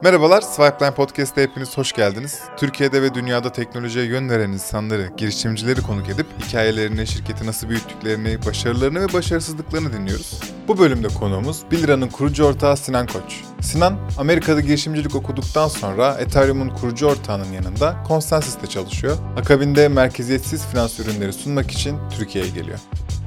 Merhabalar, Swipeline Podcast'a hepiniz hoş geldiniz. Türkiye'de ve dünyada teknolojiye yön veren insanları, girişimcileri konuk edip hikayelerini, şirketi nasıl büyüttüklerini, başarılarını ve başarısızlıklarını dinliyoruz. Bu bölümde konuğumuz 1 Lira'nın kurucu ortağı Sinan Koç. Sinan, Amerika'da girişimcilik okuduktan sonra Ethereum'un kurucu ortağının yanında ConsenSys'te çalışıyor. Akabinde merkeziyetsiz finans ürünleri sunmak için Türkiye'ye geliyor.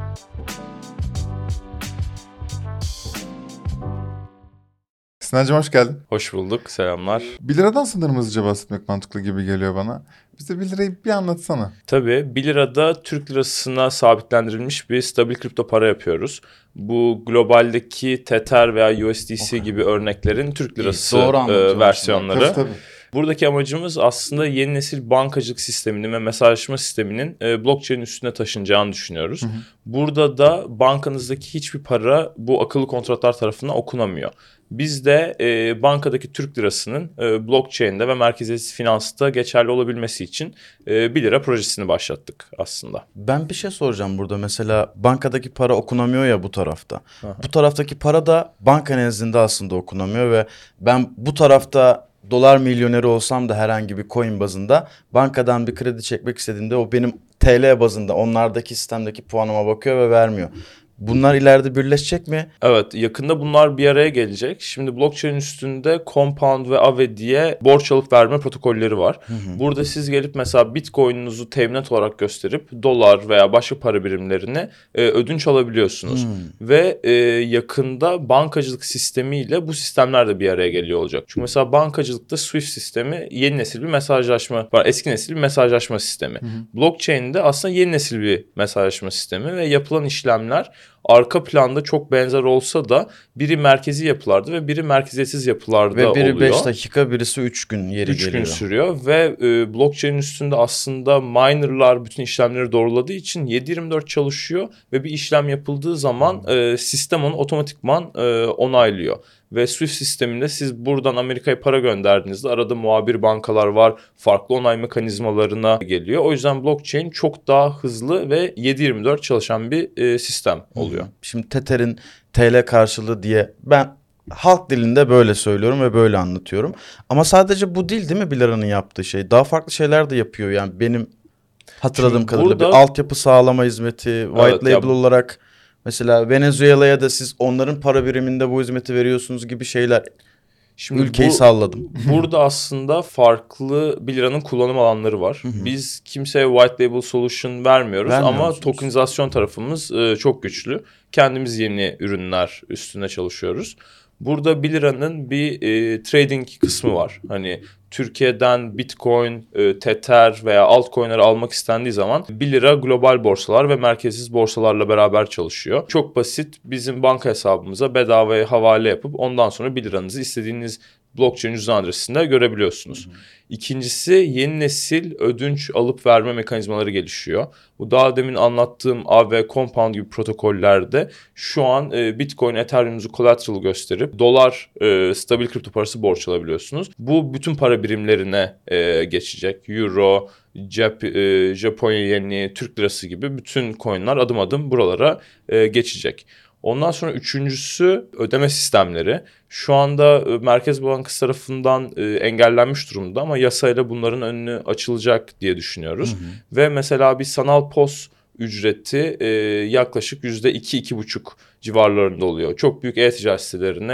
Sinancığım hoş geldin. Hoş bulduk, selamlar. 1 liradan sanırım hızlıca bahsetmek mantıklı gibi geliyor bana. Bize 1 lirayı bir anlatsana. Tabii 1 lirada Türk lirasına sabitlendirilmiş bir stabil kripto para yapıyoruz. Bu globaldeki Tether veya USDC gibi örneklerin Türk lirası versiyonları. Tabii. Buradaki amacımız aslında yeni nesil bankacılık sisteminin ve mesajlaşma sisteminin blockchain üstüne taşınacağını düşünüyoruz. Burada da bankanızdaki hiçbir para bu akıllı kontratlar tarafından okunamıyor. Biz de bankadaki Türk lirasının blockchain'de ve merkeziyetsiz finansta geçerli olabilmesi için 1 lira projesini başlattık aslında. Ben bir şey soracağım burada. Mesela bankadaki para okunamıyor ya bu tarafta. Aha. Bu taraftaki para da banka nezdinde aslında okunamıyor ve ben bu tarafta dolar milyoneri olsam da herhangi bir coin bazında bankadan bir kredi çekmek istediğimde o benim TL bazında onlardaki sistemdeki puanıma bakıyor ve vermiyor. Bunlar ileride birleşecek mi? Evet, yakında bunlar bir araya gelecek. Şimdi blockchain üstünde Compound ve Aave diye borç alıp verme protokolleri var. Burada siz gelip mesela Bitcoin'unuzu teminat olarak gösterip dolar veya başka para birimlerini ödünç alabiliyorsunuz. Ve yakında bankacılık sistemiyle bu sistemler de bir araya geliyor olacak. Çünkü mesela bankacılıkta Swift sistemi yeni nesil bir mesajlaşma var. Eski nesil bir mesajlaşma sistemi. Blockchain'de aslında yeni nesil bir mesajlaşma sistemi ve yapılan işlemler arka planda çok benzer olsa da biri merkezi yapılarda ve biri merkeziyetsiz yapılarda oluyor. Ve biri 5 dakika, birisi 3 gün geliyor. 3 gün sürüyor ve blockchain üstünde aslında minerlar bütün işlemleri doğruladığı için 7/24 çalışıyor ve bir işlem yapıldığı zaman sistem onu otomatikman onaylıyor. Ve Swift sisteminde siz buradan Amerika'ya para gönderdiğinizde arada muhabir bankalar var, farklı onay mekanizmalarına geliyor. O yüzden blockchain çok daha hızlı ve 7/24 çalışan bir sistem oluyor. Şimdi Tether'in TL karşılığı diye ben halk dilinde böyle söylüyorum ve böyle anlatıyorum. Ama sadece bu değil mi 1 liranın yaptığı şey? Daha farklı şeyler de yapıyor. Yani benim hatırladığım kadarıyla bir altyapı sağlama hizmeti, white label olarak... Mesela Venezuela'ya da siz onların para biriminde bu hizmeti veriyorsunuz gibi şeyler. Şimdi ülkeyi salladım. Burada aslında farklı 1 liranın kullanım alanları var. Biz kimseye white label solution vermiyoruz ama tokenizasyon tarafımız çok güçlü. Kendimiz yeni ürünler üstüne çalışıyoruz. Burada 1 liranın bir trading kısmı var. Hani Türkiye'den Bitcoin, Tether veya altcoin'leri almak istendiği zaman 1 lira global borsalar ve merkezsiz borsalarla beraber çalışıyor. Çok basit, bizim banka hesabımıza bedavaya havale yapıp ondan sonra 1 liranızı istediğiniz blockchain cüzdan adresinde görebiliyorsunuz. İkincisi yeni nesil ödünç alıp verme mekanizmaları gelişiyor. Bu daha demin anlattığım Aave, Compound gibi protokollerde şu an Bitcoin, Ethereum'uzu collateral gösterip dolar stabil kripto parası borç alabiliyorsunuz. Bu bütün para birimlerine geçecek. Euro, Japonya yeni, Türk lirası gibi bütün coinler adım adım buralara geçecek. Ondan sonra üçüncüsü ödeme sistemleri. Şu anda Merkez Bankası tarafından engellenmiş durumda ama yasayla bunların önünü açılacak diye düşünüyoruz. Ve mesela bir sanal POS ücreti yaklaşık %2-2,5 civarlarında oluyor. Çok büyük e-ticaret sitelerine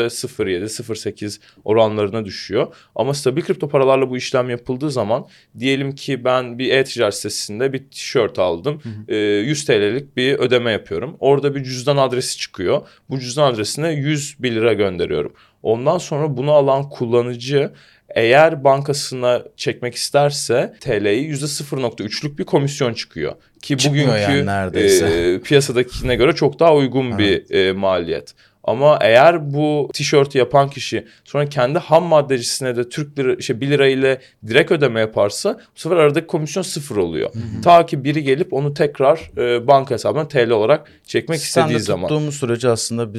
%0,7-0,8 oranlarına düşüyor. Ama stabil kripto paralarla bu işlem yapıldığı zaman diyelim ki ben bir e-ticaret sitesinde bir tişört aldım. 100 TL'lik bir ödeme yapıyorum. Orada bir cüzdan adresi çıkıyor. Bu cüzdan adresine 101 lira gönderiyorum. Ondan sonra bunu alan kullanıcı eğer bankasına çekmek isterse TL'yi %0,3'lük bir komisyon çıkıyor. Ki bugünkü yani piyasadakine göre çok daha uygun bir maliyet. Ama eğer bu tişörtü yapan kişi sonra kendi ham maddecisine de Türk lira 1 lira ile direkt ödeme yaparsa bu sefer aradaki komisyon 0 oluyor. Ta ki biri gelip onu tekrar banka hesabına TL olarak çekmek istediği zaman. Sistemde tuttuğumuz sürece aslında biz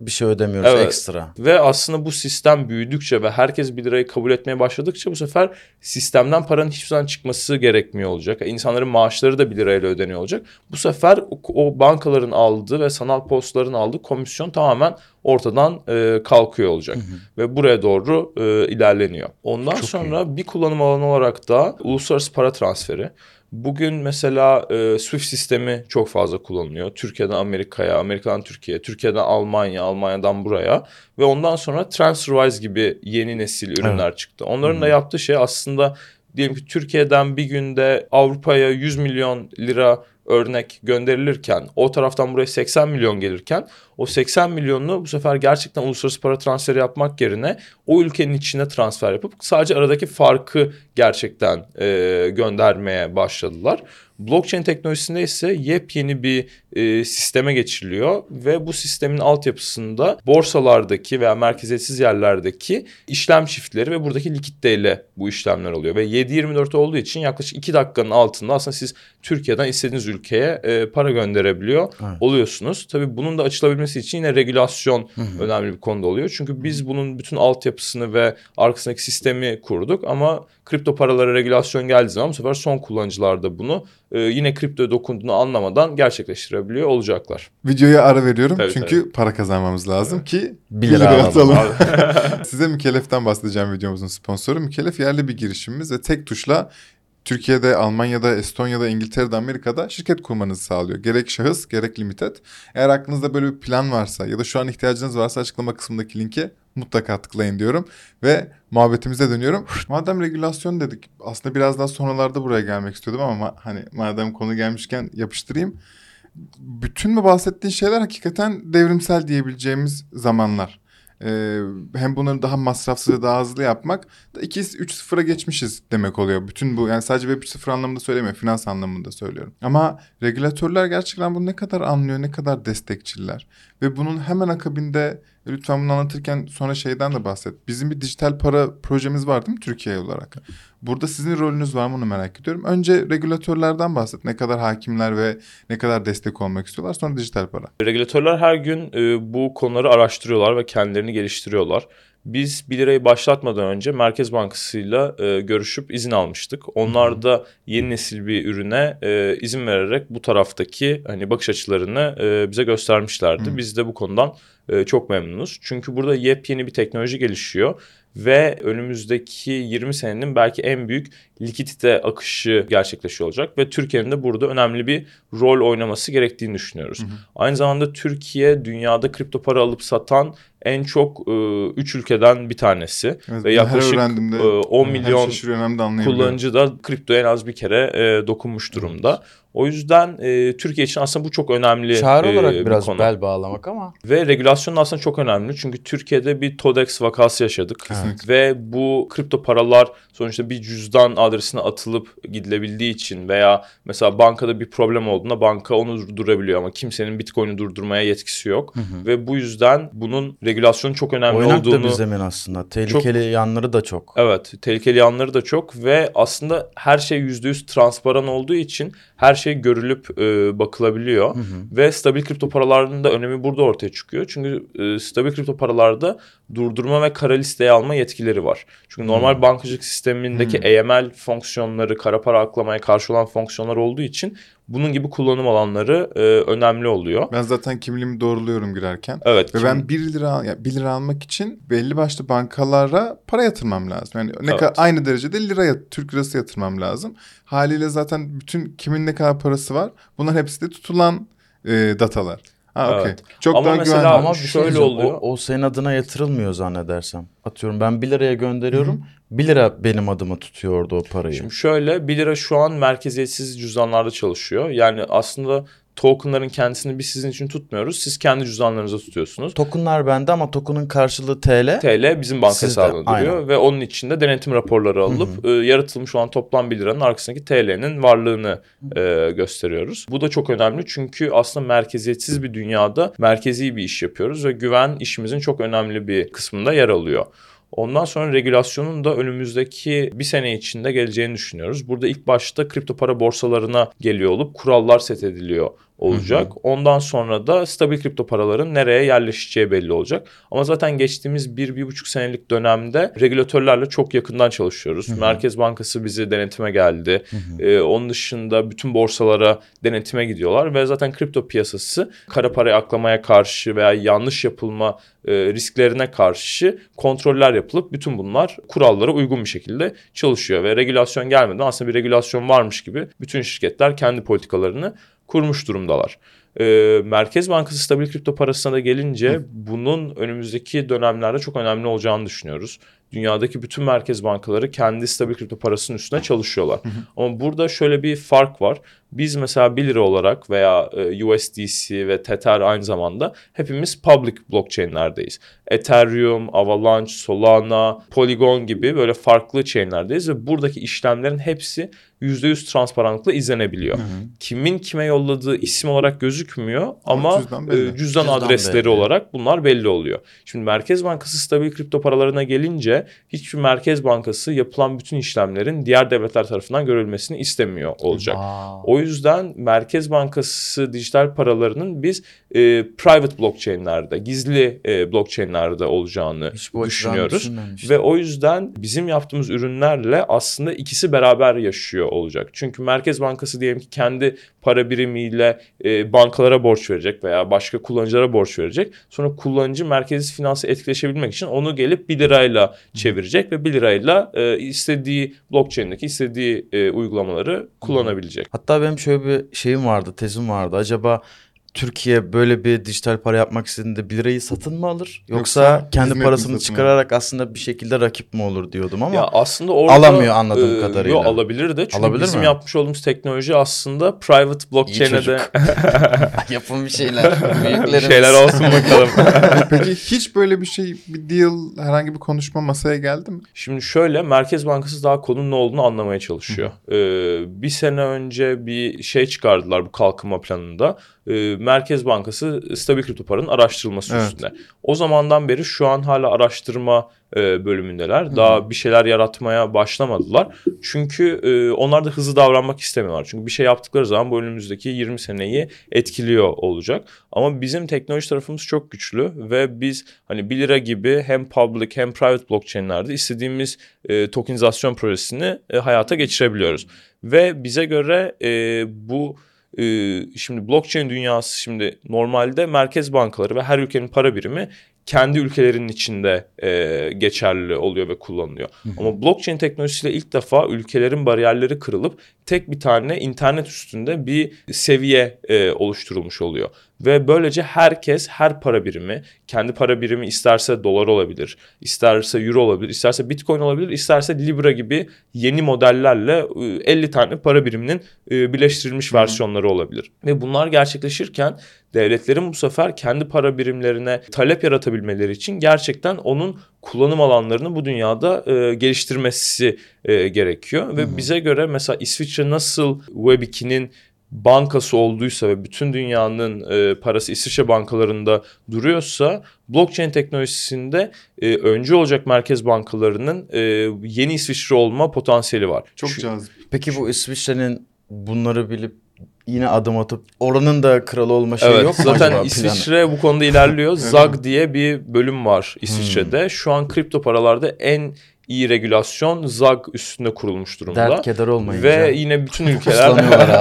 bir şey ödemiyoruz ekstra. Ve aslında bu sistem büyüdükçe ve herkes 1 lirayı kabul etmeye başladıkça bu sefer sistemden paranın hiçbir zaman çıkması gerekmiyor olacak. İnsanların maaşları da 1 lirayla ödeniyor olacak. Bu sefer o bankaların aldığı ve sanal postaların aldığı komisyon tamamen ortadan kalkıyor olacak. Ve buraya doğru ilerleniyor. Ondan çok sonra iyi. Bir kullanım alanı olarak da uluslararası para transferi. Bugün mesela Swift sistemi çok fazla kullanılıyor. Türkiye'den Amerika'ya, Amerika'dan Türkiye'ye, Türkiye'den Almanya, Almanya'dan buraya. Ve ondan sonra TransferWise gibi yeni nesil ürünler çıktı. Onların da yaptığı şey aslında diyelim ki Türkiye'den bir günde Avrupa'ya 100 milyon lira örnek gönderilirken o taraftan buraya 80 milyon gelirken o 80 milyonunu bu sefer gerçekten uluslararası para transferi yapmak yerine o ülkenin içine transfer yapıp sadece aradaki farkı gerçekten göndermeye başladılar. Blockchain teknolojisinde ise yepyeni bir sisteme geçiriliyor ve bu sistemin altyapısında borsalardaki veya merkeziyetsiz yerlerdeki işlem çiftleri ve buradaki likiditeyle bu işlemler oluyor. Ve 7/24 olduğu için yaklaşık 2 dakikanın altında aslında siz Türkiye'den istediğiniz ülkeye para gönderebiliyor oluyorsunuz. Tabii bunun da açılabilmesi için yine regülasyon önemli bir konuda oluyor. Çünkü biz bunun bütün altyapısını ve arkasındaki sistemi kurduk ama kripto paralara regülasyon geldiği zaman bu sefer son kullanıcılar da bunu yine kriptoya dokunduğunu anlamadan gerçekleştirebiliyor olacaklar. Videoya ara veriyorum çünkü para kazanmamız lazım ki 1 lira atalım. Size Mükellef'ten bahsedeceğim, videomuzun sponsoru. Mükellef yerli bir girişimimiz ve tek tuşla Türkiye'de, Almanya'da, Estonya'da, İngiltere'de, Amerika'da şirket kurmanızı sağlıyor. Gerek şahıs, gerek limited. Eğer aklınızda böyle bir plan varsa ya da şu an ihtiyacınız varsa açıklama kısmındaki linke mutlaka tıklayın diyorum. Ve muhabbetimize dönüyorum. Madem regülasyon dedik, aslında biraz daha sonralarda buraya gelmek istiyordum ama hani madem konu gelmişken yapıştırayım. Bütün bu bahsettiğin şeyler hakikaten devrimsel diyebileceğimiz zamanlar. Hem bunları daha masrafsız ve daha hızlı yapmak da 2-3-0'a geçmişiz demek oluyor. Bütün bu, yani sadece Web 3.0 anlamında söylemiyorum, finans anlamında söylüyorum. Ama regülatörler gerçekten bunu ne kadar anlıyor, ne kadar destekçiler. Ve bunun hemen akabinde, lütfen bunu anlatırken sonra şeyden de bahset. Bizim bir dijital para projemiz var değil mi Türkiye olarak? Burada sizin rolünüz var mı, onu merak ediyorum. Önce regülatörlerden bahset. Ne kadar hakimler ve ne kadar destek olmak istiyorlar. Sonra dijital para. Regülatörler her gün bu konuları araştırıyorlar ve kendilerini geliştiriyorlar. Biz 1 lirayı başlatmadan önce Merkez Bankası'yla görüşüp izin almıştık. Onlar da yeni nesil bir ürüne izin vererek bu taraftaki hani bakış açılarını bize göstermişlerdi. Biz de bu konudan çok memnunuz. Çünkü burada yepyeni bir teknoloji gelişiyor. Ve önümüzdeki 20 senenin belki en büyük likidite akışı gerçekleşiyor olacak. Ve Türkiye'nin de burada önemli bir rol oynaması gerektiğini düşünüyoruz. Aynı zamanda Türkiye dünyada kripto para alıp satan en çok 3 ülkeden bir tanesi. Evet, ve yaklaşık 10 milyon kullanıcı da kriptoya en az bir kere dokunmuş durumda. O yüzden Türkiye için aslında bu çok önemli çağrı olarak bir biraz konu. bel bağlamak ama. Ve regülasyon aslında çok önemli. Çünkü Türkiye'de bir TODEX vakası yaşadık. Kesinlikle. Ve bu kripto paralar sonuçta bir cüzdan adresine atılıp gidilebildiği için veya mesela bankada bir problem olduğunda banka onu durdurabiliyor ama kimsenin Bitcoin'i durdurmaya yetkisi yok. Ve bu yüzden bunun regülasyonun çok önemli olduğunu... Oynak da bir zemin aslında. Tehlikeli yanları da çok. Evet, tehlikeli yanları da çok ve aslında her şey %100 transparan olduğu için her şey görülüp bakılabiliyor. Ve stabil kripto paraların da önemi burada ortaya çıkıyor. Çünkü stabil kripto paralarda durdurma ve kara listeye alma yetkileri var. Çünkü normal bankacılık sistemindeki AML fonksiyonları, kara para aklamaya karşı olan fonksiyonlar olduğu için bunun gibi kullanım alanları önemli oluyor. Ben zaten kimliğimi doğruluyorum girerken. Evet. Ve ben 1 lira almak için belli başlı bankalara para yatırmam lazım. Yani ne kadar aynı derecede Türk lirası yatırmam lazım. Haliyle zaten bütün kimin ne kadar parası var, bunlar hepsi de tutulan datalar. Okay. Çok ama daha mesela güvenli. Ama şöyle oluyor. O senin adına yatırılmıyor zannedersem. Atıyorum ben 1 liraya gönderiyorum. 1 lira benim adıma tutuyor orada o parayı. Şimdi şöyle, 1 lira şu an merkeziyetsiz cüzdanlarda çalışıyor. Yani aslında tokenların kendisini biz sizin için tutmuyoruz. Siz kendi cüzdanlarınıza tutuyorsunuz. Tokenlar bende ama token'ın karşılığı TL. TL bizim banka hesabına duruyor ve onun içinde denetim raporları alınıp yaratılmış olan toplam 1 liranın arkasındaki TL'nin varlığını gösteriyoruz. Bu da çok önemli çünkü aslında merkeziyetsiz bir dünyada merkezi bir iş yapıyoruz ve güven işimizin çok önemli bir kısmında yer alıyor. Ondan sonra regülasyonun da önümüzdeki bir sene içinde geleceğini düşünüyoruz. Burada ilk başta kripto para borsalarına geliyor olup kurallar set ediliyor olacak. Ondan sonra da stabil kripto paraların nereye yerleşeceği belli olacak. Ama zaten geçtiğimiz 1-1,5 senelik dönemde regülatörlerle çok yakından çalışıyoruz. Merkez Bankası bizi denetime geldi. Onun dışında bütün borsalara denetime gidiyorlar ve zaten kripto piyasası kara parayı aklamaya karşı veya yanlış yapılma risklerine karşı kontroller yapılıp bütün bunlar kurallara uygun bir şekilde çalışıyor ve regülasyon gelmeden aslında bir regülasyon varmış gibi bütün şirketler kendi politikalarını kurmuş durumdalar. Merkez Bankası stabil kripto parasına da gelince bunun önümüzdeki dönemlerde çok önemli olacağını düşünüyoruz. Dünyadaki bütün merkez bankaları kendi stabil kripto parasının üstüne çalışıyorlar. Ama burada şöyle bir fark var. Biz mesela 1 lira olarak veya USDC ve Tether aynı zamanda hepimiz public blockchain'lerdeyiz. Ethereum, Avalanche, Solana, Polygon gibi böyle farklı chain'lerdeyiz ve buradaki işlemlerin hepsi %100 transparanlıkla izlenebiliyor. Kimin kime yolladığı isim olarak gözükmüyor ama cüzdan adresleri olarak bunlar belli oluyor. Şimdi Merkez Bankası stabil kripto paralarına gelince hiçbir merkez bankası yapılan bütün işlemlerin diğer devletler tarafından görülmesini istemiyor olacak. O yüzden Merkez Bankası dijital paralarının biz private blockchain'lerde, gizli blockchain'lerde olacağını düşünüyoruz. Ve o yüzden bizim yaptığımız ürünlerle aslında ikisi beraber yaşıyor olacak. Çünkü Merkez Bankası diyelim ki kendi para birimiyle bankalara borç verecek veya başka kullanıcılara borç verecek. Sonra kullanıcı merkezi finansı etkileşebilmek için onu gelip 1 lirayla çevirecek ve 1 lirayla istediği blockchain'deki istediği uygulamaları kullanabilecek. Hatta benim şöyle bir şeyim vardı, tezim vardı. Acaba Türkiye böyle bir dijital para yapmak istediğinde 1 lirayı satın mı alır? Yoksa kendi parasını çıkararak aslında bir şekilde rakip mi olur diyordum ama ya aslında orada, alamıyor anladığım kadarıyla. Yok, alabilir de. Çünkü alabilir bizim mi? Yapmış olduğumuz teknoloji aslında private blockchain'e de yapın bir şeyler. Büyüklerimiz. şeyler olsun bakalım. Peki hiç böyle bir şey, bir deal, herhangi bir konuşma masaya geldi mi? Şimdi şöyle, Merkez Bankası daha konunun ne olduğunu anlamaya çalışıyor. Bir sene önce bir şey çıkardılar bu kalkınma planında. Merkez Bankası stabil kripto paranın araştırılması üstünde. O zamandan beri şu an hala araştırma bölümündeler. Daha bir şeyler yaratmaya başlamadılar. Çünkü onlar da hızlı davranmak istemiyorlar. Çünkü bir şey yaptıkları zaman bu önümüzdeki 20 seneyi etkiliyor olacak. Ama bizim teknoloji tarafımız çok güçlü ve biz hani 1 lira gibi hem public hem private blockchain'lerde istediğimiz tokenizasyon projesini hayata geçirebiliyoruz. Ve bize göre bu şimdi blockchain dünyası, şimdi normalde merkez bankaları ve her ülkenin para birimi kendi ülkelerinin içinde geçerli oluyor ve kullanılıyor. Ama blockchain teknolojisiyle ilk defa ülkelerin bariyerleri kırılıp tek bir tane internet üstünde bir seviye oluşturulmuş oluyor. Ve böylece herkes, her para birimi, kendi para birimi isterse dolar olabilir, isterse euro olabilir, isterse bitcoin olabilir, isterse Libra gibi yeni modellerle 50 tane para biriminin birleştirilmiş versiyonları olabilir. Ve bunlar gerçekleşirken devletlerin bu sefer kendi para birimlerine talep yaratabilmeleri için gerçekten onun kullanım alanlarını bu dünyada geliştirmesi gerekiyor. Ve bize göre mesela İsviçre nasıl Web2'nin bankası olduysa ve bütün dünyanın parası İsviçre bankalarında duruyorsa, blockchain teknolojisinde öncü olacak merkez bankalarının yeni İsviçre olma potansiyeli var. Çok cazip. Peki bu İsviçre'nin bunları bilip yine adım atıp oranın da kralı olma şeyi yok mu zaten acaba? İsviçre bu konuda ilerliyor. ZAG diye bir bölüm var İsviçre'de. Şu an kripto paralarda en iyi regülasyon ZAG üstünde kurulmuş durumda. Dert keder olmayınca. Ve yine bütün ülkeler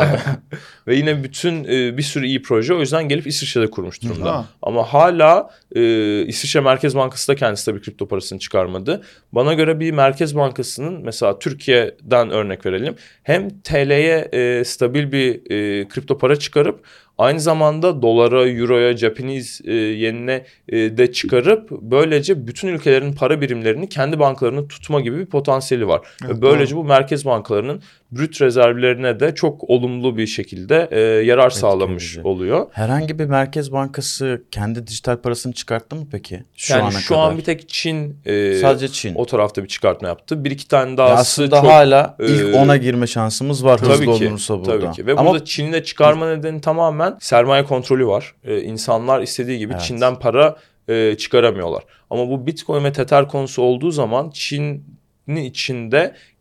ve yine bütün bir sürü iyi proje o yüzden gelip İsviçre'de kurmuş durumda. Ama hala İsviçre Merkez Bankası da kendisi tabii kripto parasını çıkarmadı. Bana göre bir Merkez Bankası'nın, mesela Türkiye'den örnek verelim, hem TL'ye stabil bir kripto para çıkarıp aynı zamanda dolara, euroya, Japanese yenine de çıkarıp böylece bütün ülkelerin para birimlerini kendi bankalarını tutma gibi bir potansiyeli var. Evet, böylece bu merkez bankalarının brüt rezervlerine de çok olumlu bir şekilde yarar sağlamış oluyor. Herhangi bir merkez bankası kendi dijital parasını çıkarttı mı peki? Şu an bir tek Çin, sadece Çin o tarafta bir çıkartma yaptı. Bir iki tane daha aslında çok, hala ilk 10'a girme şansımız var hızlı olursa burada. Tabii ki. Ve burada Çin'in de çıkarma nedeni tamamen sermaye kontrolü var. İnsanlar istediği gibi Çin'den para çıkaramıyorlar. Ama bu Bitcoin ve Tether konusu olduğu zaman Çin'in içinde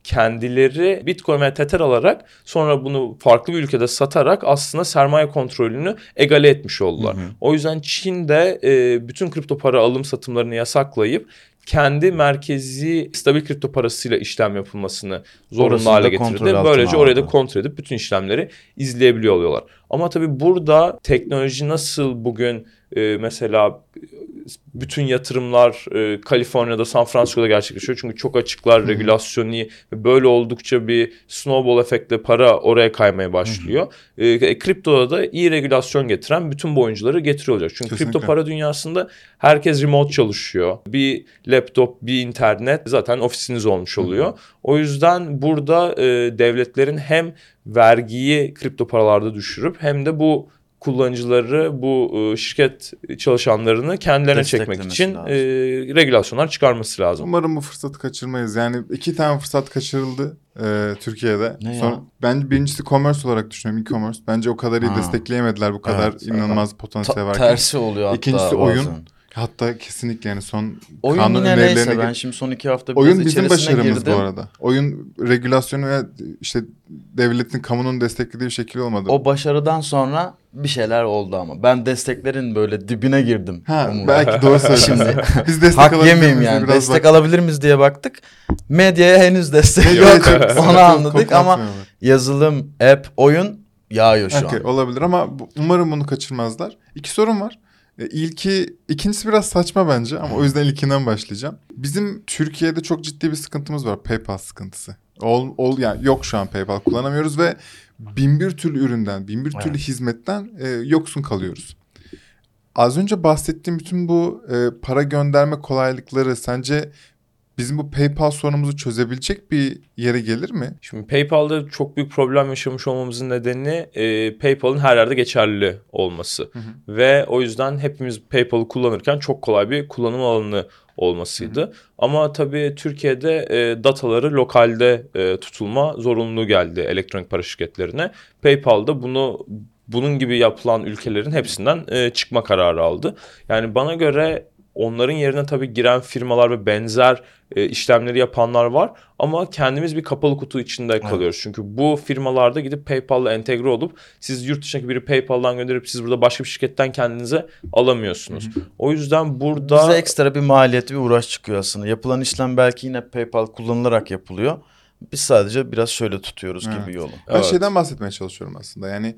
kendileri Bitcoin ve Tether alarak sonra bunu farklı bir ülkede satarak aslında sermaye kontrolünü egale etmiş oldular. O yüzden Çin de bütün kripto para alım satımlarını yasaklayıp kendi merkezi stabil kripto parasıyla işlem yapılmasını zorunlu hale getirdi. Böylece orayı da kontrol edip bütün işlemleri izleyebiliyor oluyorlar. Ama tabii burada teknoloji nasıl bugün mesela bütün yatırımlar Kaliforniya'da, San Francisco'da gerçekleşiyor. Çünkü çok açıklar, regülasyon iyi ve böyle oldukça bir snowball efektle para oraya kaymaya başlıyor. Kriptoda da iyi regülasyon getiren bütün bu oyuncuları getiriyor olacak. Çünkü kripto para dünyasında herkes remote çalışıyor. Bir laptop, bir internet zaten ofisiniz olmuş oluyor. O yüzden burada devletlerin hem vergiyi kripto paralarda düşürüp hem de bu kullanıcıları, bu şirket çalışanlarını kendilerine çekmek için regülasyonlar çıkarması lazım. Umarım bu fırsatı kaçırmayız. Yani 2 tane fırsat kaçırıldı Türkiye'de. Ben birincisi commerce olarak düşünüyorum, e-commerce. Bence o kadar iyi destekleyemediler, bu kadar inanılmaz potansiyel varken. Tersi oluyor hatta. İkincisi oyun. Hatta kesinlikle yani son oyun kanun yine neyse ben şimdi son 2 hafta biraz oyun bizim başarımız girdim. Bu arada. Oyun regülasyonu ve işte devletin, kamunun desteklediği bir şekilde olmadı. O başarıdan sonra bir şeyler oldu ama. Ben desteklerin böyle dibine girdim. Belki doğru söylüyorsun. Şimdi biz destek hak yemeyeyim yani. Destek alabilir miyiz diye baktık. Medyaya henüz destek yok. Onu anladık ama yazılım, app, oyun yağıyor şu an. Olabilir ama umarım bunu kaçırmazlar. 2 sorun var. İkincisi biraz saçma bence ama o yüzden ilkinden başlayacağım. Bizim Türkiye'de çok ciddi bir sıkıntımız var. PayPal sıkıntısı. Yani yok şu an PayPal kullanamıyoruz ve binbir türlü üründen, binbir türlü hizmetten yoksun kalıyoruz. Az önce bahsettiğim bütün bu para gönderme kolaylıkları sence bizim bu PayPal sorunumuzu çözebilecek bir yere gelir mi? Şimdi PayPal'da çok büyük problem yaşamış olmamızın nedeni PayPal'ın her yerde geçerli olması. Ve o yüzden hepimiz PayPal'ı kullanırken çok kolay bir kullanım alanı olmasıydı. Ama tabii Türkiye'de dataları lokalde tutulma zorunluluğu geldi elektronik para şirketlerine. PayPal'da bunun gibi yapılan ülkelerin hepsinden çıkma kararı aldı. Yani bana göre onların yerine tabii giren firmalar ve benzer işlemleri yapanlar var. Ama kendimiz bir kapalı kutu içinde kalıyoruz. Çünkü bu firmalarda gidip PayPal'la entegre olup siz yurt dışındaki biri PayPal'dan gönderip siz burada başka bir şirketten kendinize alamıyorsunuz. O yüzden burada bize ekstra bir maliyet, bir uğraş çıkıyor aslında. Yapılan işlem belki yine PayPal kullanılarak yapılıyor. Biz sadece biraz şöyle tutuyoruz gibi yolu. Ben şeyden bahsetmeye çalışıyorum aslında. Yani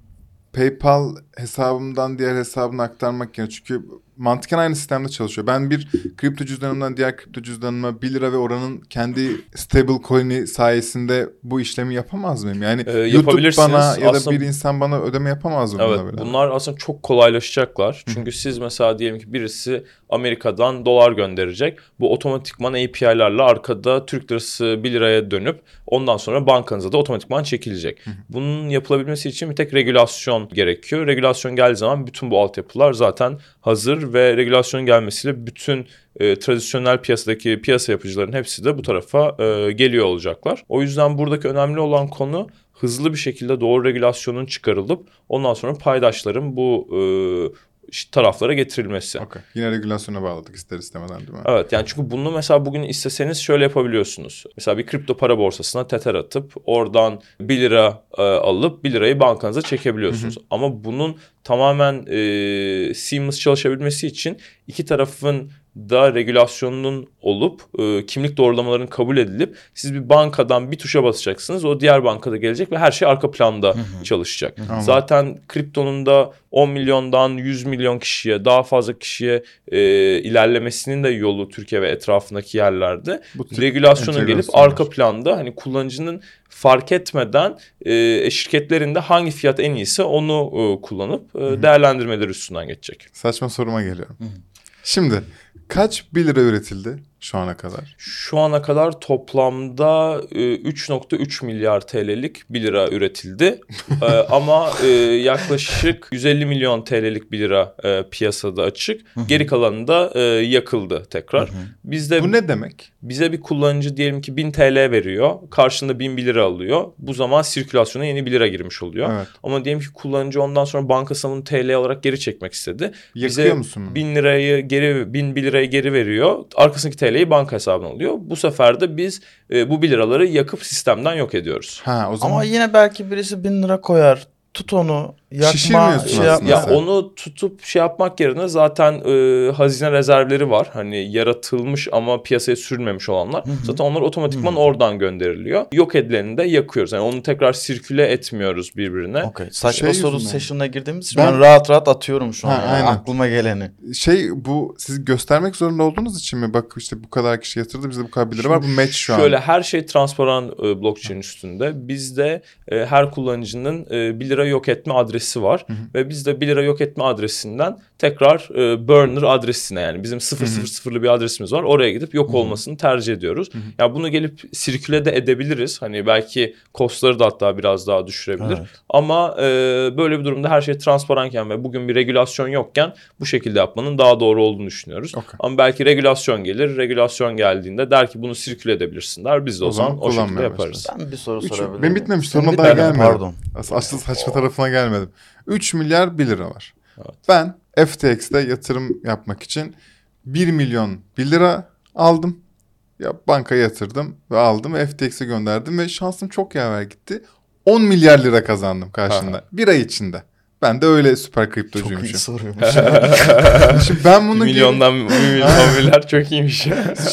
PayPal hesabımdan diğer hesabına aktarmak yerine, çünkü mantıken aynı sistemde çalışıyor. Ben bir kripto cüzdanımdan diğer kripto cüzdanıma 1 lira ve oranın kendi stable coin'i sayesinde bu işlemi yapamaz mıyım? Yani YouTube bana ya da bir insan bana ödeme yapamaz mı? Evet, bunlar aslında çok kolaylaşacaklar. Çünkü siz mesela diyelim ki birisi Amerika'dan dolar gönderecek. Bu otomatikman API'larla arkada Türk lirası 1 liraya dönüp ondan sonra bankanıza da otomatikman çekilecek. Bunun yapılabilmesi için bir tek regülasyon gerekiyor. Regülasyon geldiği zaman bütün bu altyapılar zaten hazır ve regülasyon gelmesiyle bütün tradisyonel piyasadaki piyasa yapıcıların hepsi de bu tarafa geliyor olacaklar. O yüzden buradaki önemli olan konu hızlı bir şekilde doğru regülasyonun çıkarılıp ondan sonra paydaşların bu taraflara getirilmesi. Okay. Yine regülasyona bağladık ister istemeden değil mi? Evet, yani çünkü bunu mesela bugün isteseniz şöyle yapabiliyorsunuz. Mesela bir kripto para borsasına Tether atıp oradan 1 lira alıp 1 lirayı bankanıza çekebiliyorsunuz. Ama bunun tamamen seamless çalışabilmesi için iki tarafın da regülasyonunun olup kimlik doğrulamalarının kabul edilip siz bir bankadan bir tuşa basacaksınız. O diğer bankada gelecek ve her şey arka planda çalışacak. Zaten kriptonun da 10 milyondan 100 milyon kişiye, daha fazla kişiye ilerlemesinin de yolu Türkiye ve etrafındaki yerlerde regülasyona gelip arka planda hani kullanıcının fark etmeden şirketlerin de hangi fiyat en iyiyse onu kullanıp değerlendirmeleri üstünden geçecek. Saçma soruma geliyorum. Şimdi kaç 1 lira üretildi şu ana kadar? Şu ana kadar toplamda 3.3 milyar TL'lik 1 lira üretildi. Ama yaklaşık 150 milyon TL'lik 1 lira piyasada açık. Geri kalanı da yakıldı tekrar. Bizde, bu ne demek? Bize bir kullanıcı diyelim ki 1000 TL veriyor. Karşında 1000 1 lira alıyor. Bu zaman sirkülasyona yeni 1 lira girmiş oluyor. Evet. Ama diyelim ki kullanıcı ondan sonra bankasına bunu TL olarak geri çekmek istedi. Yakıyor musun? 1000 lirayı geri 1000 1 1 lirayı geri veriyor. Arkasındaki TL'yi banka hesabına alıyor. Bu sefer de biz bu 1 liraları yakıp sistemden yok ediyoruz. O zaman... Ama yine belki birisi 1000 lira koyar. Tut onu yakma Ya onu tutup yapmak yerine zaten hazine rezervleri var. Hani yaratılmış ama piyasaya sürülmemiş olanlar. Zaten onlar otomatikman oradan gönderiliyor. Yok edileni de yakıyoruz. Yani onu tekrar sirküle etmiyoruz birbirine. Okay. Saçma soru session'ına girdiğimiz için ben rahat atıyorum şu an. Aklıma geleni. Bu siz göstermek zorunda olduğunuz için mi? Bak işte bu kadar kişi yatırdı, bizde bu kadar 1 lira var. Bu match şu an. Şöyle her şey transparan blockchain üstünde. Bizde her kullanıcının 1 lira yok etme adresi var. Ve bizde 1 lira yok etme adresinden tekrar burner adresine, yani bizim 000'lı bir adresimiz var. Oraya gidip yok olmasını tercih ediyoruz. Yani bunu gelip sirküle de edebiliriz. Hani belki costları da hatta biraz daha düşürebilir. Evet. Ama böyle bir durumda her şey transparanken ve bugün bir regülasyon yokken bu şekilde yapmanın daha doğru olduğunu düşünüyoruz. Okay. Ama belki regülasyon gelir. Regülasyon geldiğinde der ki bunu sirküle edebilirsin der. Biz de o zaman o şekilde yaparız. Ben bir soru sorabilirim. Ben bitmemiş. Soruna daha gelmedim. Pardon. Asıl saçma tarafına gelmedim. 3 milyar 1 lira var. Evet. Ben FTX'te yatırım yapmak için 1 milyon 1 lira aldım. Ya bankaya yatırdım ve aldım. FTX'e gönderdim ve şansım çok yaver gitti. 10 milyar lira kazandım karşında. Bir ay içinde. Ben de öyle süper kriptocuymuşum. Çok iyi soruyormuş. Şimdi ben bunu... 1 milyondan 1 milyar çok iyiymiş.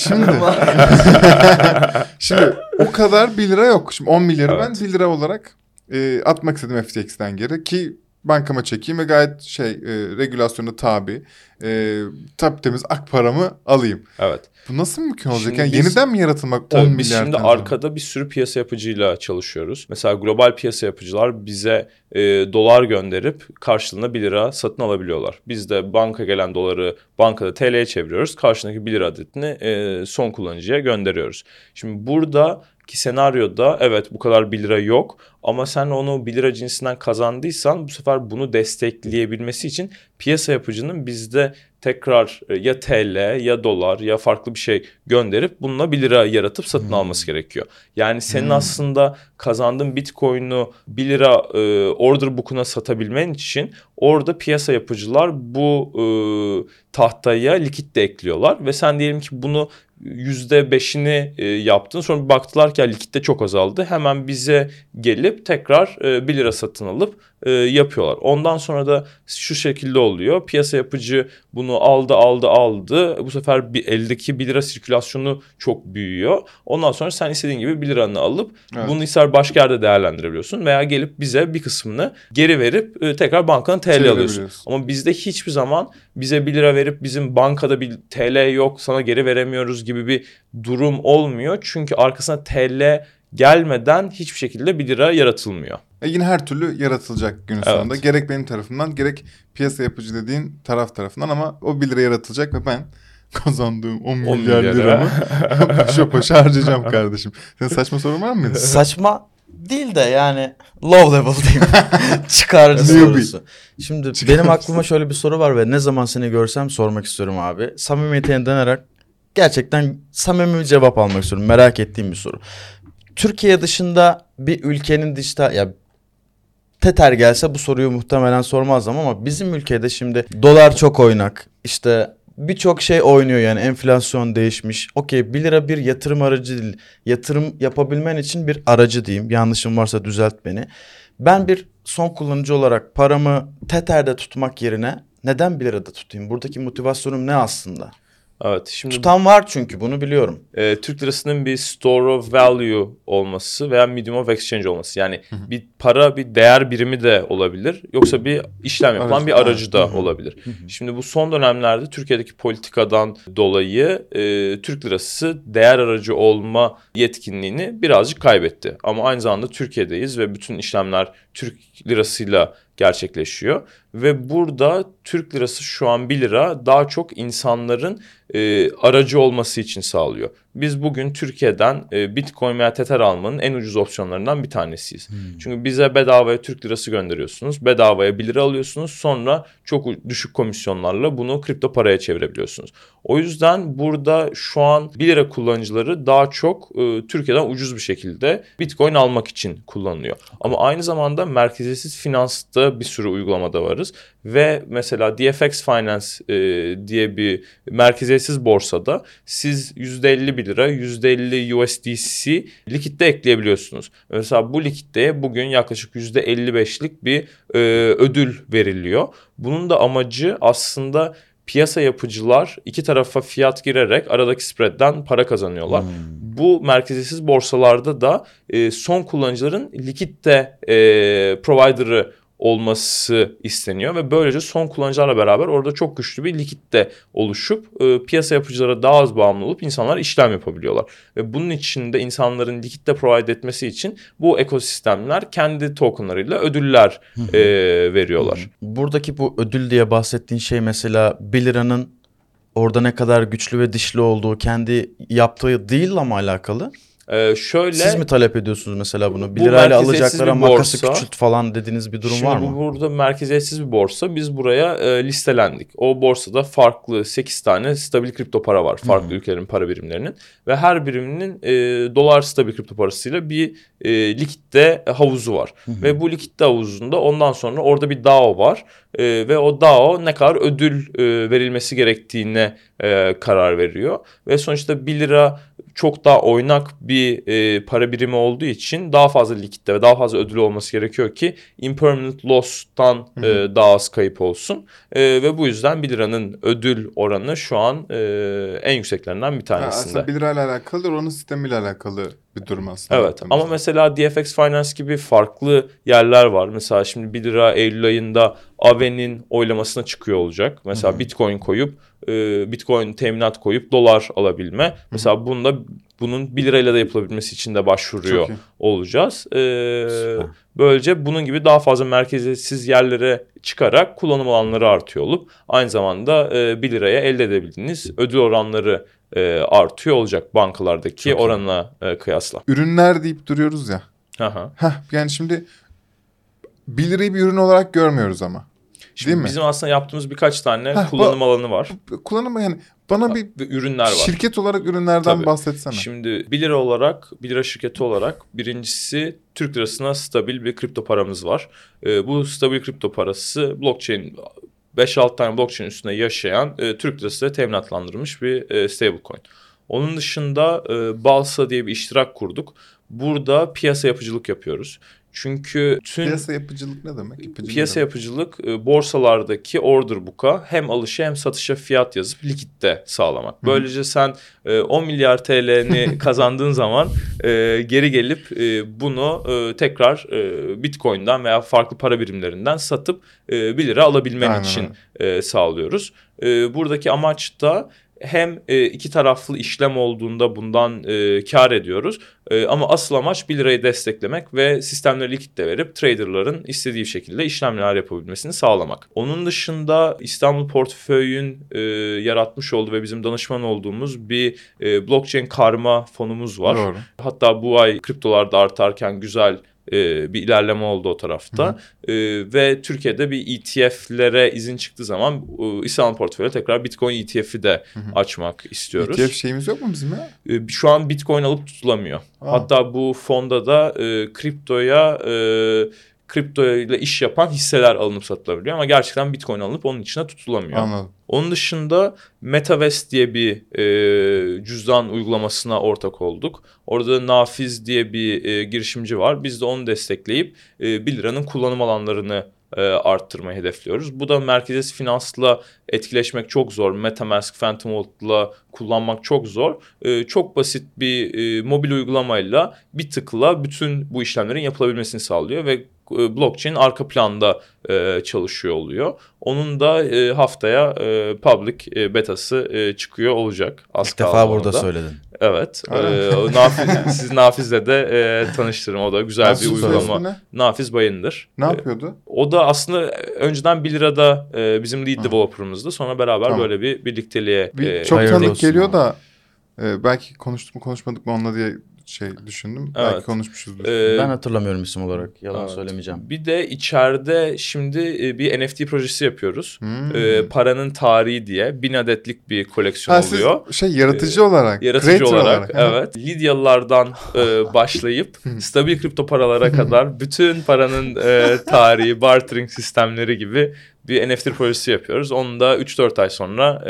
Şimdi o kadar 1 lira yok. Şimdi 10 milyarı ben 1 lira olarak atmak istedim FTX'ten geri ki bankama çekeyim ve gayet regülasyona tabi temiz ak paramı alayım. Evet. Bu nasıl mümkün olacak? Şimdi yani yeniden mi yaratılmak 10 milyar? Biz şimdi arkada bir sürü piyasa yapıcıyla çalışıyoruz. Mesela global piyasa yapıcılar bize dolar gönderip karşılığında 1 lira satın alabiliyorlar. Biz de banka gelen doları bankada TL'ye çeviriyoruz. Karşılığındaki 1 lira adetini son kullanıcıya gönderiyoruz. Şimdi buradaki senaryoda evet bu kadar 1 lira yok. Ama sen onu 1 lira cinsinden kazandıysan bu sefer bunu destekleyebilmesi için piyasa yapıcının bizde tekrar ya TL ya dolar ya farklı bir şey gönderip bununla 1 lira yaratıp satın alması gerekiyor. Yani senin aslında kazandığın Bitcoin'u 1 lira order book'una satabilmen için orada piyasa yapıcılar bu tahtaya likit de ekliyorlar ve sen diyelim ki bunu %5'ini yaptın. Sonra bir baktılar ki likit de çok azaldı. Hemen bize gelip tekrar 1 lira satın alıp yapıyorlar. Ondan sonra da şu şekilde oluyor. Piyasa yapıcı bunu aldı. Bu sefer eldeki 1 lira sirkülasyonu çok büyüyor. Ondan sonra sen istediğin gibi 1 liranı alıp bunu ister başka yerde değerlendirebiliyorsun veya gelip bize bir kısmını geri verip tekrar bankanın TL alıyorsun. Ama bizde hiçbir zaman bize 1 lira verip bizim bankada bir TL yok sana geri veremiyoruz gibi bir durum olmuyor. Çünkü arkasına TL gelmeden hiçbir şekilde 1 lira yaratılmıyor. Yine her türlü yaratılacak günün sonunda. Gerek benim tarafımdan gerek piyasa yapıcı dediğin taraf tarafından ama o 1 lira yaratılacak ve ben kazandığım 10 milyar liramı paşa harcayacağım kardeşim. Senin saçma sorun var mıydı? Saçma değil de yani low level diyeyim. Çıkarcı sorusu. Şimdi benim aklıma şöyle bir soru var ve ne zaman seni görsem sormak istiyorum abi. Samimiyetine dayanarak gerçekten samimi bir cevap almak istiyorum. Merak ettiğim bir soru. Türkiye dışında bir ülkenin Tether gelse bu soruyu muhtemelen sormazdım ama bizim ülkede şimdi dolar çok oynak. İşte birçok şey oynuyor yani enflasyon değişmiş. Okey 1 lira bir yatırım aracı değil. Yatırım yapabilmen için bir aracı diyeyim. Yanlışım varsa düzelt beni. Ben bir son kullanıcı olarak paramı Tether'de tutmak yerine neden 1 lirada tutayım? Buradaki motivasyonum ne aslında? Evet, şimdi tutan var çünkü bunu biliyorum. Türk lirasının bir store of value olması veya medium of exchange olması. Yani bir para, bir değer birimi de olabilir. Yoksa bir işlem yapılan bir aracı da olabilir. Şimdi bu son dönemlerde Türkiye'deki politikadan dolayı Türk lirası değer aracı olma yetkinliğini birazcık kaybetti. Ama aynı zamanda Türkiye'deyiz ve bütün işlemler Türk lirasıyla gerçekleşiyor. Ve burada Türk lirası şu an 1 lira daha çok insanların aracı olması için sağlıyor. biz bugün Türkiye'den Bitcoin veya Tether almanın en ucuz opsiyonlarından bir tanesiyiz. Çünkü bize bedavaya Türk lirası gönderiyorsunuz. Bedavaya 1 lira alıyorsunuz. Sonra çok düşük komisyonlarla bunu kripto paraya çevirebiliyorsunuz. O yüzden burada şu an 1 lira kullanıcıları daha çok Türkiye'den ucuz bir şekilde Bitcoin almak için kullanılıyor. Ama aynı zamanda merkeziyetsiz finansta bir sürü uygulamada varız. Ve mesela DFX Finance diye bir merkeziyetsiz borsada siz %50 1 lira, %50 USDC likitte ekleyebiliyorsunuz. Mesela bu likitteye bugün yaklaşık %55'lik bir ödül veriliyor. Bunun da amacı aslında piyasa yapıcılar iki tarafa fiyat girerek aradaki spread'den para kazanıyorlar. Bu merkeziyetsiz borsalarda da son kullanıcıların likitte provider'ı olması isteniyor ve böylece son kullanıcılarla beraber orada çok güçlü bir likitte oluşup piyasa yapıcılara daha az bağımlı olup insanlar işlem yapabiliyorlar. Ve bunun için de insanların likitte provide etmesi için bu ekosistemler kendi tokenlarıyla ödüller veriyorlar. Buradaki bu ödül diye bahsettiğin şey mesela 1 liranın orada ne kadar güçlü ve dişli olduğu kendi yaptığı değil ama alakalı. Siz mi talep ediyorsunuz mesela bunu? 1 lirayla alacaklara makası küçült falan dediğiniz bir durum var mı? Şimdi bu burada merkeziyetsiz bir borsa. Biz buraya listelendik. O borsada farklı 8 tane stabil kripto para var. Farklı ülkelerin para birimlerinin. Ve her biriminin dolar stabil kripto parasıyla bir likitte havuzu var. Ve bu likitte havuzunda ondan sonra orada bir DAO var. Ve o DAO ne kadar ödül verilmesi gerektiğine karar veriyor. Ve sonuçta 1 lira çok daha oynak bir para birimi olduğu için daha fazla likitte ve daha fazla ödül olması gerekiyor ki impermanent loss'tan daha az kayıp olsun. Ve bu yüzden 1 liranın ödül oranı şu an en yükseklerinden bir tanesinde. Aslında 1 lirayla alakalı, oranın sistemiyle alakalı bir durum aslında. Evet ama mesela DFX Finance gibi farklı yerler var. Mesela şimdi 1 lira Eylül ayında Aven'in oylamasına çıkıyor olacak. Mesela Bitcoin koyup Bitcoin teminat koyup dolar alabilme. Mesela bunun 1 lirayla da yapılabilmesi için de başvuruyor olacağız. Böylece bunun gibi daha fazla merkeziyetsiz yerlere çıkarak kullanım alanları artıyor olup aynı zamanda 1 liraya elde edebildiğiniz ödül oranları artıyor olacak bankalardaki oranına kıyasla. Ürünler deyip duruyoruz ya. Yani şimdi 1 lirayı bir ürün olarak görmüyoruz ama. Şimdi değil mi? Bizim aslında yaptığımız birkaç tane kullanım alanı var. Kullanım yani bana bir ürünler var. Şirket olarak ürünlerden bahsetsene. Şimdi 1 lira şirketi olarak birincisi Türk lirasına stabil bir kripto paramız var. Bu stabil kripto parası blockchain 5-6 tane blockchain üstünde yaşayan Türk lirasıyla teminatlandırılmış bir stablecoin. Onun dışında Balsa diye bir iştirak kurduk. Burada piyasa yapıcılık yapıyoruz. Çünkü piyasa yapıcılık ne demek? Piyasa yapıcılık borsalardaki order book'a hem alışa hem satışa fiyat yazıp likitte sağlamak. Böylece sen 10 milyar TL'ni kazandığın zaman geri gelip bunu tekrar Bitcoin'den veya farklı para birimlerinden satıp 1 lira alabilmen için sağlıyoruz. Buradaki amaç da hem iki taraflı işlem olduğunda bundan kar ediyoruz. Ama asıl amaç 1 lirayı desteklemek ve sistemleri likitte verip traderların istediği şekilde işlemler yapabilmesini sağlamak. Onun dışında İstanbul Portföy'ün yaratmış olduğu ve bizim danışman olduğumuz bir blockchain karma fonumuz var. Doğru. Hatta bu ay kriptolarda artarken güzel bir ilerleme oldu o tarafta. Ve Türkiye'de bir ETF'lere izin çıktığı zaman İstanbul Portföy'e tekrar Bitcoin ETF'i de açmak istiyoruz. ETF şeyimiz yok mu bizim ya? Şu an Bitcoin alıp tutulamıyor. Hatta bu fonda da kriptoyla iş yapan hisseler alınıp satılabiliyor ama gerçekten Bitcoin alınıp onun içine tutulamıyor. Anladım. Onun dışında MetaVest diye bir cüzdan uygulamasına ortak olduk. Orada Nafiz diye bir girişimci var. Biz de onu destekleyip 1 liranın kullanım alanlarını arttırmayı hedefliyoruz. Bu da merkeziyetsiz finansla etkileşmek çok zor. MetaMask, Phantom Wallet'la kullanmak çok zor. Çok basit bir mobil uygulamayla bir tıkla bütün bu işlemlerin yapılabilmesini sağlıyor ve blockchain arka planda çalışıyor oluyor. Onun da haftaya public betası çıkıyor olacak. İlk defa burada söyledin. Evet. Siz Nafiz'le de tanıştırın. O da güzel bir uygulama. Nafiz Bayındır. Ne yapıyordu? O da aslında önceden 1 lirada bizim lead developer'ımızdı. Sonra beraber böyle bir birlikteliğe çok tanıdık geliyor da Belki konuştuk mu konuşmadık mı onunla diye düşündüm. Evet. Belki konuşmuşuzdur. Ben hatırlamıyorum isim olarak. Yalan söylemeyeceğim. Bir de içeride şimdi bir NFT projesi yapıyoruz. Paranın tarihi diye 1000 adetlik bir koleksiyon oluyor. Siz yaratıcı olarak. Yaratıcı olarak evet. Lidyalılardan başlayıp stabil kripto paralara kadar bütün paranın tarihi, bartering sistemleri gibi bir NFT projesi yapıyoruz. Onu da 3-4 ay sonra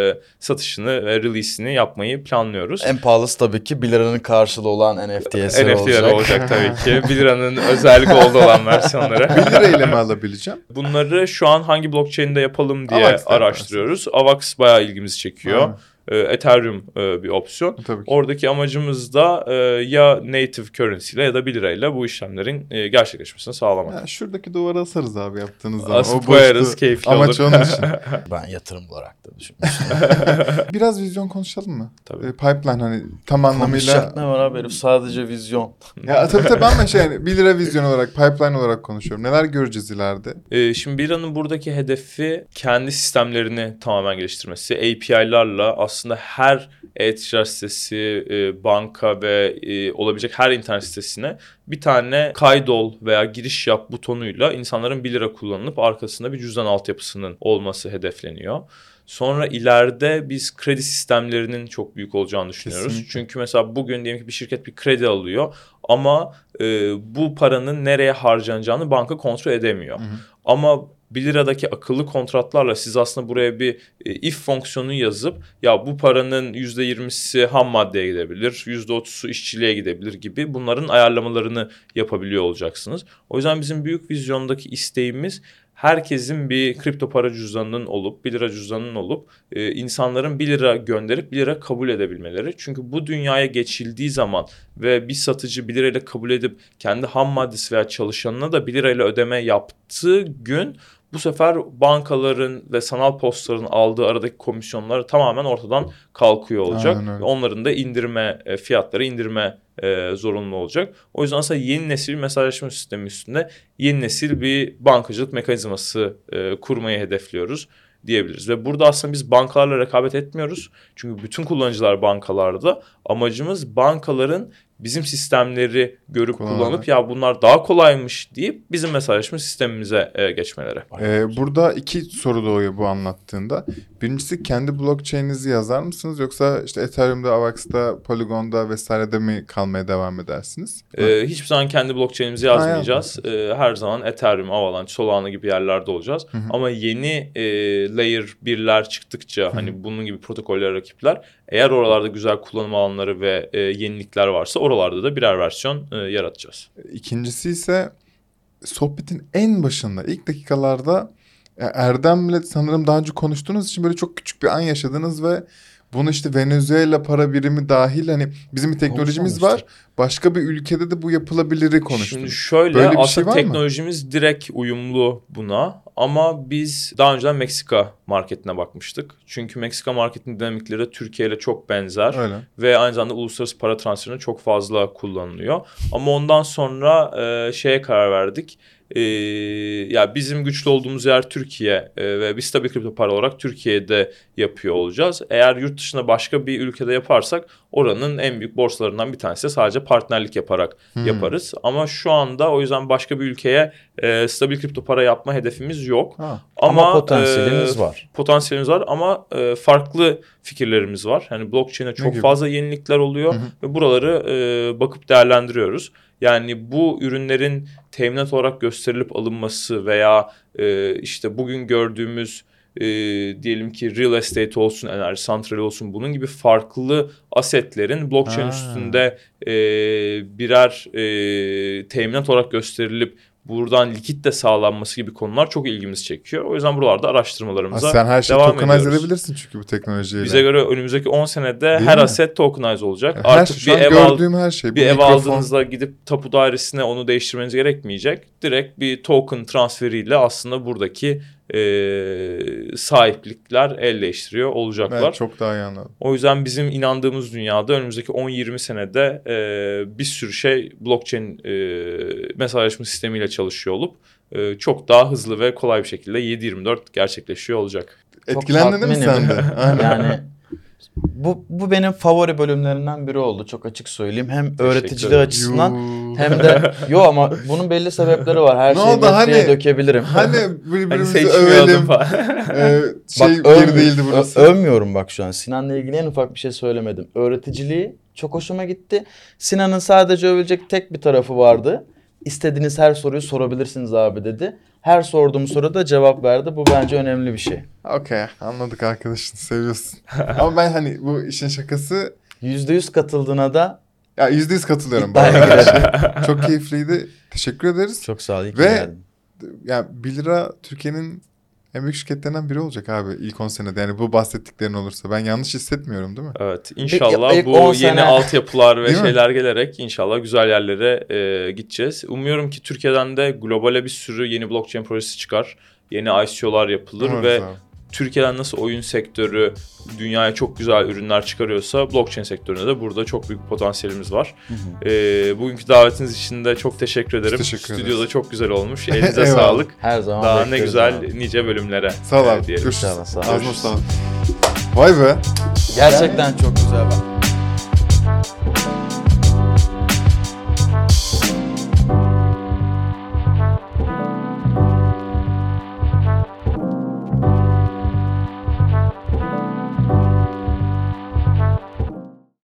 satışını ve release'ini yapmayı planlıyoruz. En pahalısı tabii ki 1 liranın karşılığı olan NFT eseri olacak. NFT'ler olacak tabii ki. 1 liranın özel gold olan versiyonları. 1 lira ile mi alabileceğim? Bunları şu an hangi blockchain'de yapalım diye Avax'ta araştırıyoruz. Avax bayağı ilgimizi çekiyor. Ethereum bir opsiyon. Oradaki amacımız da ya native currency ile ya da 1 lirayla bu işlemlerin gerçekleşmesini sağlamak. Ya şuradaki duvara asarız abi yaptığınız zaman. Asıp koyarız, keyifli amaç olur. onun için. Ben yatırım olarak da düşünmüştüm. Biraz vizyon konuşalım mı? Tabii. Pipeline hani tam anlamıyla. Konuşacak ne var abi herif? Sadece vizyon. Ya tabii ben 1 lira vizyon olarak, pipeline olarak konuşuyorum. Neler göreceğiz ileride? Şimdi Bira'nın buradaki hedefi kendi sistemlerini tamamen geliştirmesi. API'larla aslında her e-ticaret sitesi, banka ve olabilecek her internet sitesine bir tane kaydol veya giriş yap butonuyla insanların 1 lira kullanılıp arkasında bir cüzdan altyapısının olması hedefleniyor. Sonra ileride biz kredi sistemlerinin çok büyük olacağını düşünüyoruz. Kesinlikle. Çünkü mesela bugün diyelim ki bir şirket bir kredi alıyor ama bu paranın nereye harcanacağını banka kontrol edemiyor. Ama 1 liradaki akıllı kontratlarla siz aslında buraya bir if fonksiyonu yazıp ya bu paranın %20'si ham maddeye gidebilir, %30'u işçiliğe gidebilir gibi bunların ayarlamalarını yapabiliyor olacaksınız. O yüzden bizim büyük vizyondaki isteğimiz herkesin bir kripto para cüzdanının olup 1 lira cüzdanının olup insanların 1 lira gönderip 1 lira kabul edebilmeleri. Çünkü bu dünyaya geçildiği zaman ve bir satıcı 1 lirayla kabul edip kendi ham maddesi veya çalışanına da 1 lirayla ödeme yaptığı gün bu sefer bankaların ve sanal postaların aldığı aradaki komisyonlar tamamen ortadan kalkıyor olacak. Onların da fiyatları indirme zorunlu olacak. O yüzden aslında yeni nesil mesajlaşma sistemi üstünde yeni nesil bir bankacılık mekanizması kurmayı hedefliyoruz diyebiliriz. Ve burada aslında biz bankalarla rekabet etmiyoruz. Çünkü bütün kullanıcılar bankalarda. Amacımız bankaların bizim sistemleri görüp kullanıp ya bunlar daha kolaymış deyip bizim mesajlaşma sistemimize geçmeleri. Burada 2 soru doğuyor bu anlattığında. Birincisi kendi blockchain'inizi yazar mısınız yoksa işte Ethereum'da, Avax'ta, Polygon'da vesairede mi kalmaya devam edersiniz? Hiçbir zaman kendi blockchain'imizi yazmayacağız. Her zaman Ethereum, Avalanche, Solana gibi yerlerde olacağız. Ama yeni layer 1'ler çıktıkça hani bunun gibi protokoller, rakipler eğer oralarda güzel kullanım alanları ve yenilikler varsa oralarda da birer versiyon yaratacağız. İkincisi ise sohbetin en başında ilk dakikalarda Erdem'le sanırım daha önce konuştuğunuz için böyle çok küçük bir an yaşadınız ve bunu işte Venezuela para birimi dahil hani bizim bir teknolojimiz var. Başka bir ülkede de bu yapılabiliri konuştuk. Şimdi şöyle böyle bir aslında şey teknolojimiz direkt uyumlu buna ama biz daha önceden Meksika marketine bakmıştık. Çünkü Meksika marketinin dinamikleri Türkiye ile çok benzer. Öyle. Ve aynı zamanda uluslararası para transferine çok fazla kullanılıyor. Ama ondan sonra şeye karar verdik. Ya bizim güçlü olduğumuz yer Türkiye ve biz tabii kripto para olarak Türkiye'de yapıyor olacağız. Eğer yurt dışında başka bir ülkede yaparsak oranın en büyük borsalarından bir tanesi sadece partnerlik yaparak yaparız. Ama şu anda o yüzden başka bir ülkeye stabil kripto para yapma hedefimiz yok. Ama potansiyelimiz var. Potansiyelimiz var ama farklı fikirlerimiz var. Hani blockchain'e çok fazla yenilikler oluyor ve buraları bakıp değerlendiriyoruz. Yani bu ürünlerin teminat olarak gösterilip alınması veya işte bugün gördüğümüz diyelim ki real estate olsun, enerji santrali olsun bunun gibi farklı asetlerin blockchain üstünde birer teminat olarak gösterilip buradan likit de sağlanması gibi konular çok ilgimizi çekiyor. O yüzden buralarda araştırmalarımıza devam ediyoruz. Sen her şeyi tokenize edebilirsin çünkü bu teknolojiyle. Bize göre önümüzdeki 10 senede değil her mi? Aset tokenize olacak. Artık bir her şey. Bir ev aldığınızda gidip tapu dairesine onu değiştirmeniz gerekmeyecek. Direkt bir token transferiyle aslında buradaki sahiplikler el değiştiriyor olacaklar. Evet, çok daha iyi anladım. O yüzden bizim inandığımız dünyada önümüzdeki 10-20 senede bir sürü şey blockchain mesajlaşma sistemiyle çalışıyor olup çok daha hızlı ve kolay bir şekilde 7/24 gerçekleşiyor olacak. Etkilendin mi sen de? Yani Bu benim favori bölümlerinden biri oldu. Çok açık söyleyeyim. Hem öğreticiliği ederim. açısından hem de ama bunun belli sebepleri var. Her şeyi metreye dökebilirim. Hani birbirimizi seçmiyordum övelim. falan. Bir değildi burası. Övmüyorum bak şu an. Sinan'la ilgili en ufak bir şey söylemedim. Öğreticiliği çok hoşuma gitti. Sinan'ın sadece övülecek tek bir tarafı vardı. İstediğiniz her soruyu sorabilirsiniz abi dedi. Her sorduğum soruda cevap verdi. Bu bence önemli bir şey. Okey, anladık arkadaşını seviyorsun. Ama ben hani bu işin şakası... %100 katıldığına da Ya %100 katılıyorum. İddiaya girelim. Çok keyifliydi. Teşekkür ederiz. çok sağ ol. iyi ki Ve geldin. ya 1 lira Türkiye'nin en büyük şirketlerinden biri olacak abi ilk 10 senede. Yani bu bahsettiklerin olursa. Ben yanlış hissetmiyorum değil mi? Evet, inşallah İlk bu 10 yeni sene- altyapılar ve Değil mi? şeyler gelerek inşallah güzel yerlere gideceğiz. Umuyorum ki Türkiye'den de globale bir sürü yeni blockchain projesi çıkar. Yeni ICO'lar yapılır Umarız ve abi. Türkiye'den nasıl oyun sektörü dünyaya çok güzel ürünler çıkarıyorsa blockchain sektöründe de burada çok büyük potansiyelimiz var. Bugünkü davetiniz için de çok teşekkür ederim. teşekkür ederiz. Stüdyoda çok güzel olmuş. Elinize Eyvallah. sağlık. Her zaman Daha ne bekleriz güzel abi. nice bölümlere Sağ ol abi. diyelim. Görüşürüz. İnşallah, sağ ol. Ağzına sağlık. Vay be. Gerçekten çok güzel bak.